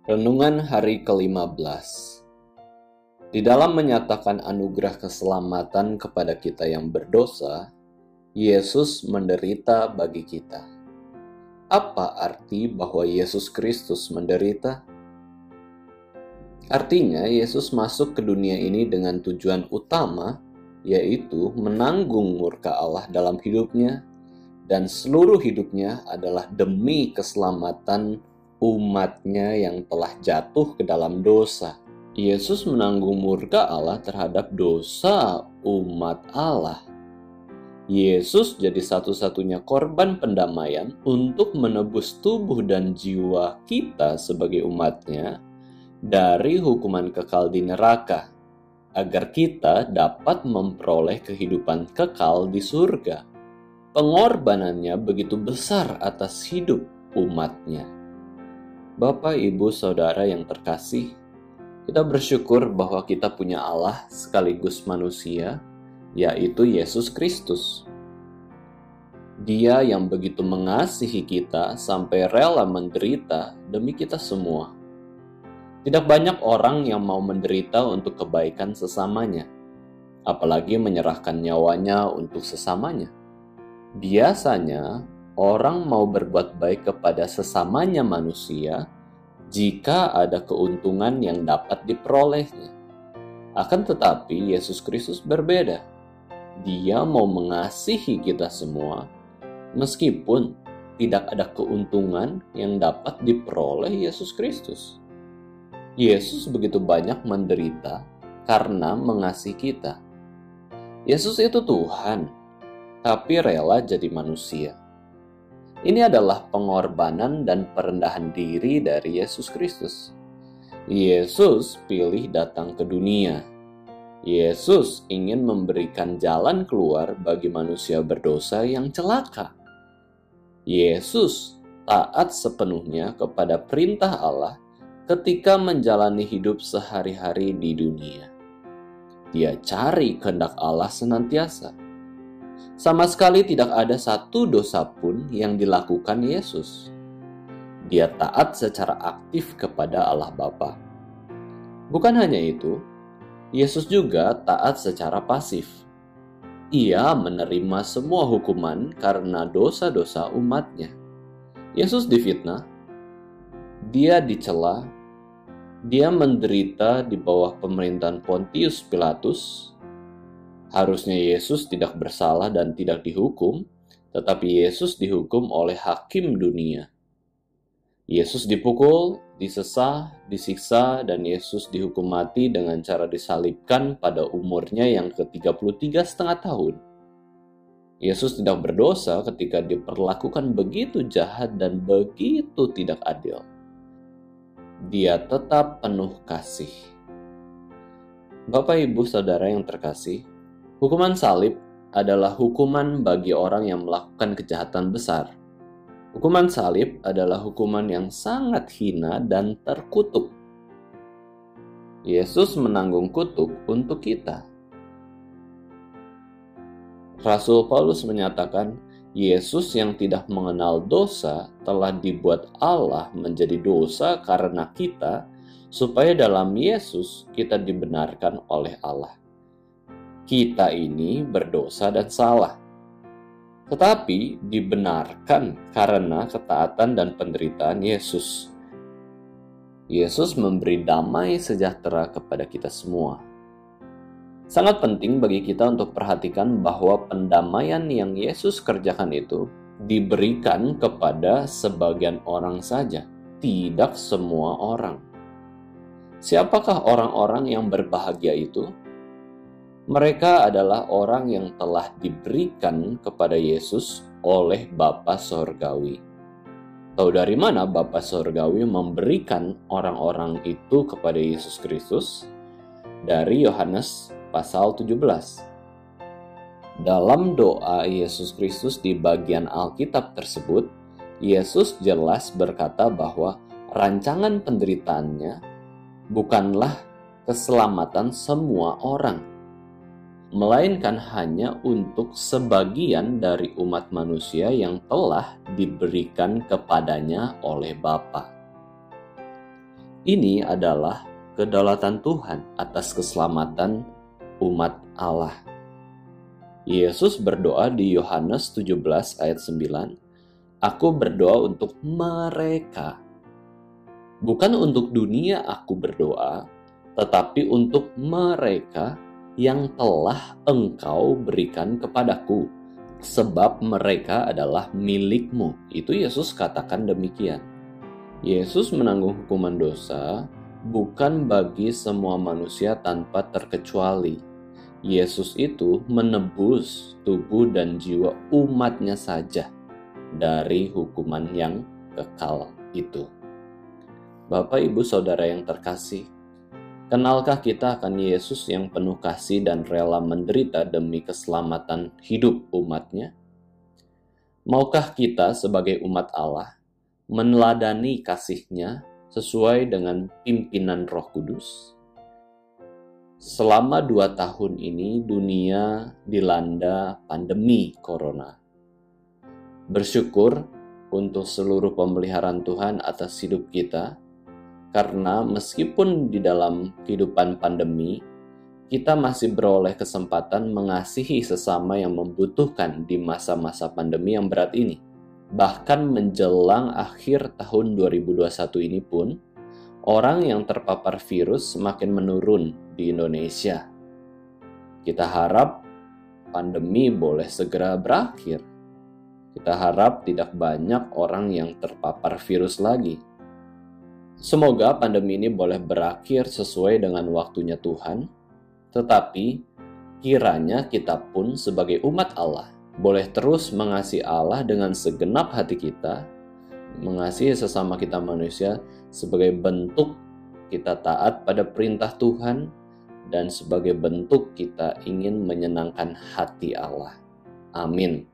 Renungan hari ke-15. Di dalam menyatakan anugerah keselamatan kepada kita yang berdosa, Yesus menderita bagi kita. Apa arti bahwa Yesus Kristus menderita? Artinya, Yesus masuk ke dunia ini dengan tujuan utama, yaitu menanggung murka Allah dalam hidupnya, dan seluruh hidupnya adalah demi keselamatan umatnya yang telah jatuh ke dalam dosa. Yesus menanggung murka Allah terhadap dosa umat Allah. Yesus jadi satu-satunya korban pendamaian untuk menebus tubuh dan jiwa kita sebagai umatnya dari hukuman kekal di neraka, agar kita dapat memperoleh kehidupan kekal di surga. Pengorbanannya begitu besar atas hidup umatnya. Bapak, Ibu, Saudara yang terkasih, kita bersyukur bahwa kita punya Allah sekaligus manusia, yaitu Yesus Kristus. Dia yang begitu mengasihi kita sampai rela menderita demi kita semua. Tidak banyak orang yang mau menderita untuk kebaikan sesamanya, apalagi menyerahkan nyawanya untuk sesamanya. Biasanya, orang mau berbuat baik kepada sesamanya manusia jika ada keuntungan yang dapat diperolehnya. Akan tetapi, Yesus Kristus berbeda. Dia mau mengasihi kita semua, meskipun tidak ada keuntungan yang dapat diperoleh Yesus Kristus. Yesus begitu banyak menderita karena mengasihi kita. Yesus itu Tuhan, tapi rela jadi manusia. Ini adalah pengorbanan dan perendahan diri dari Yesus Kristus. Yesus pilih datang ke dunia. Yesus ingin memberikan jalan keluar bagi manusia berdosa yang celaka. Yesus taat sepenuhnya kepada perintah Allah ketika menjalani hidup sehari-hari di dunia. Dia cari kehendak Allah senantiasa. Sama sekali tidak ada satu dosa pun yang dilakukan Yesus. Dia taat secara aktif kepada Allah Bapa. Bukan hanya itu, Yesus juga taat secara pasif. Ia menerima semua hukuman karena dosa-dosa umatnya. Yesus difitnah, dia dicela, dia menderita di bawah pemerintahan Pontius Pilatus. Harusnya Yesus tidak bersalah dan tidak dihukum, tetapi Yesus dihukum oleh hakim dunia. Yesus dipukul, disesah, disiksa, dan Yesus dihukum mati dengan cara disalibkan pada umurnya yang ke-33,5 tahun. Yesus tidak berdosa ketika diperlakukan begitu jahat dan begitu tidak adil. Dia tetap penuh kasih. Bapak, Ibu, Saudara yang terkasih, hukuman salib adalah hukuman bagi orang yang melakukan kejahatan besar. Hukuman salib adalah hukuman yang sangat hina dan terkutuk. Yesus menanggung kutuk untuk kita. Rasul Paulus menyatakan, Yesus yang tidak mengenal dosa telah dibuat Allah menjadi dosa karena kita, supaya dalam Yesus kita dibenarkan oleh Allah. Kita ini berdosa dan salah, tetapi dibenarkan karena ketaatan dan penderitaan Yesus. Yesus memberi damai sejahtera kepada kita semua. Sangat penting bagi kita untuk perhatikan bahwa pendamaian yang Yesus kerjakan itu diberikan kepada sebagian orang saja, tidak semua orang. Siapakah orang-orang yang berbahagia itu? Mereka adalah orang yang telah diberikan kepada Yesus oleh Bapa Sorgawi. Tahu dari mana Bapa Sorgawi memberikan orang-orang itu kepada Yesus Kristus? Dari Yohanes pasal 17. Dalam doa Yesus Kristus di bagian Alkitab tersebut, Yesus jelas berkata bahwa rancangan penderitaannya bukanlah keselamatan semua orang, melainkan hanya untuk sebagian dari umat manusia yang telah diberikan kepadanya oleh Bapa. Ini adalah kedaulatan Tuhan atas keselamatan umat Allah. Yesus berdoa di Yohanes 17 ayat 9, "Aku berdoa untuk mereka." Bukan untuk dunia aku berdoa, tetapi untuk mereka yang telah Engkau berikan kepadaku, sebab mereka adalah milikmu. Itu Yesus katakan demikian. Yesus menanggung hukuman dosa bukan bagi semua manusia tanpa terkecuali. Yesus itu menebus tubuh dan jiwa umatnya saja dari hukuman yang kekal itu. Bapak, Ibu, Saudara yang terkasih, kenalkah kita akan Yesus yang penuh kasih dan rela menderita demi keselamatan hidup umatnya? Maukah kita sebagai umat Allah meneladani kasih-Nya sesuai dengan pimpinan Roh Kudus? Selama 2 tahun ini dunia dilanda pandemi corona. Bersyukur untuk seluruh pemeliharaan Tuhan atas hidup kita, karena meskipun di dalam kehidupan pandemi, kita masih beroleh kesempatan mengasihi sesama yang membutuhkan di masa-masa pandemi yang berat ini. Bahkan menjelang akhir tahun 2021 ini pun, orang yang terpapar virus semakin menurun di Indonesia. Kita harap pandemi boleh segera berakhir. Kita harap tidak banyak orang yang terpapar virus lagi. Semoga pandemi ini boleh berakhir sesuai dengan waktunya Tuhan, tetapi kiranya kita pun sebagai umat Allah boleh terus mengasihi Allah dengan segenap hati kita, mengasihi sesama kita manusia sebagai bentuk kita taat pada perintah Tuhan dan sebagai bentuk kita ingin menyenangkan hati Allah. Amin.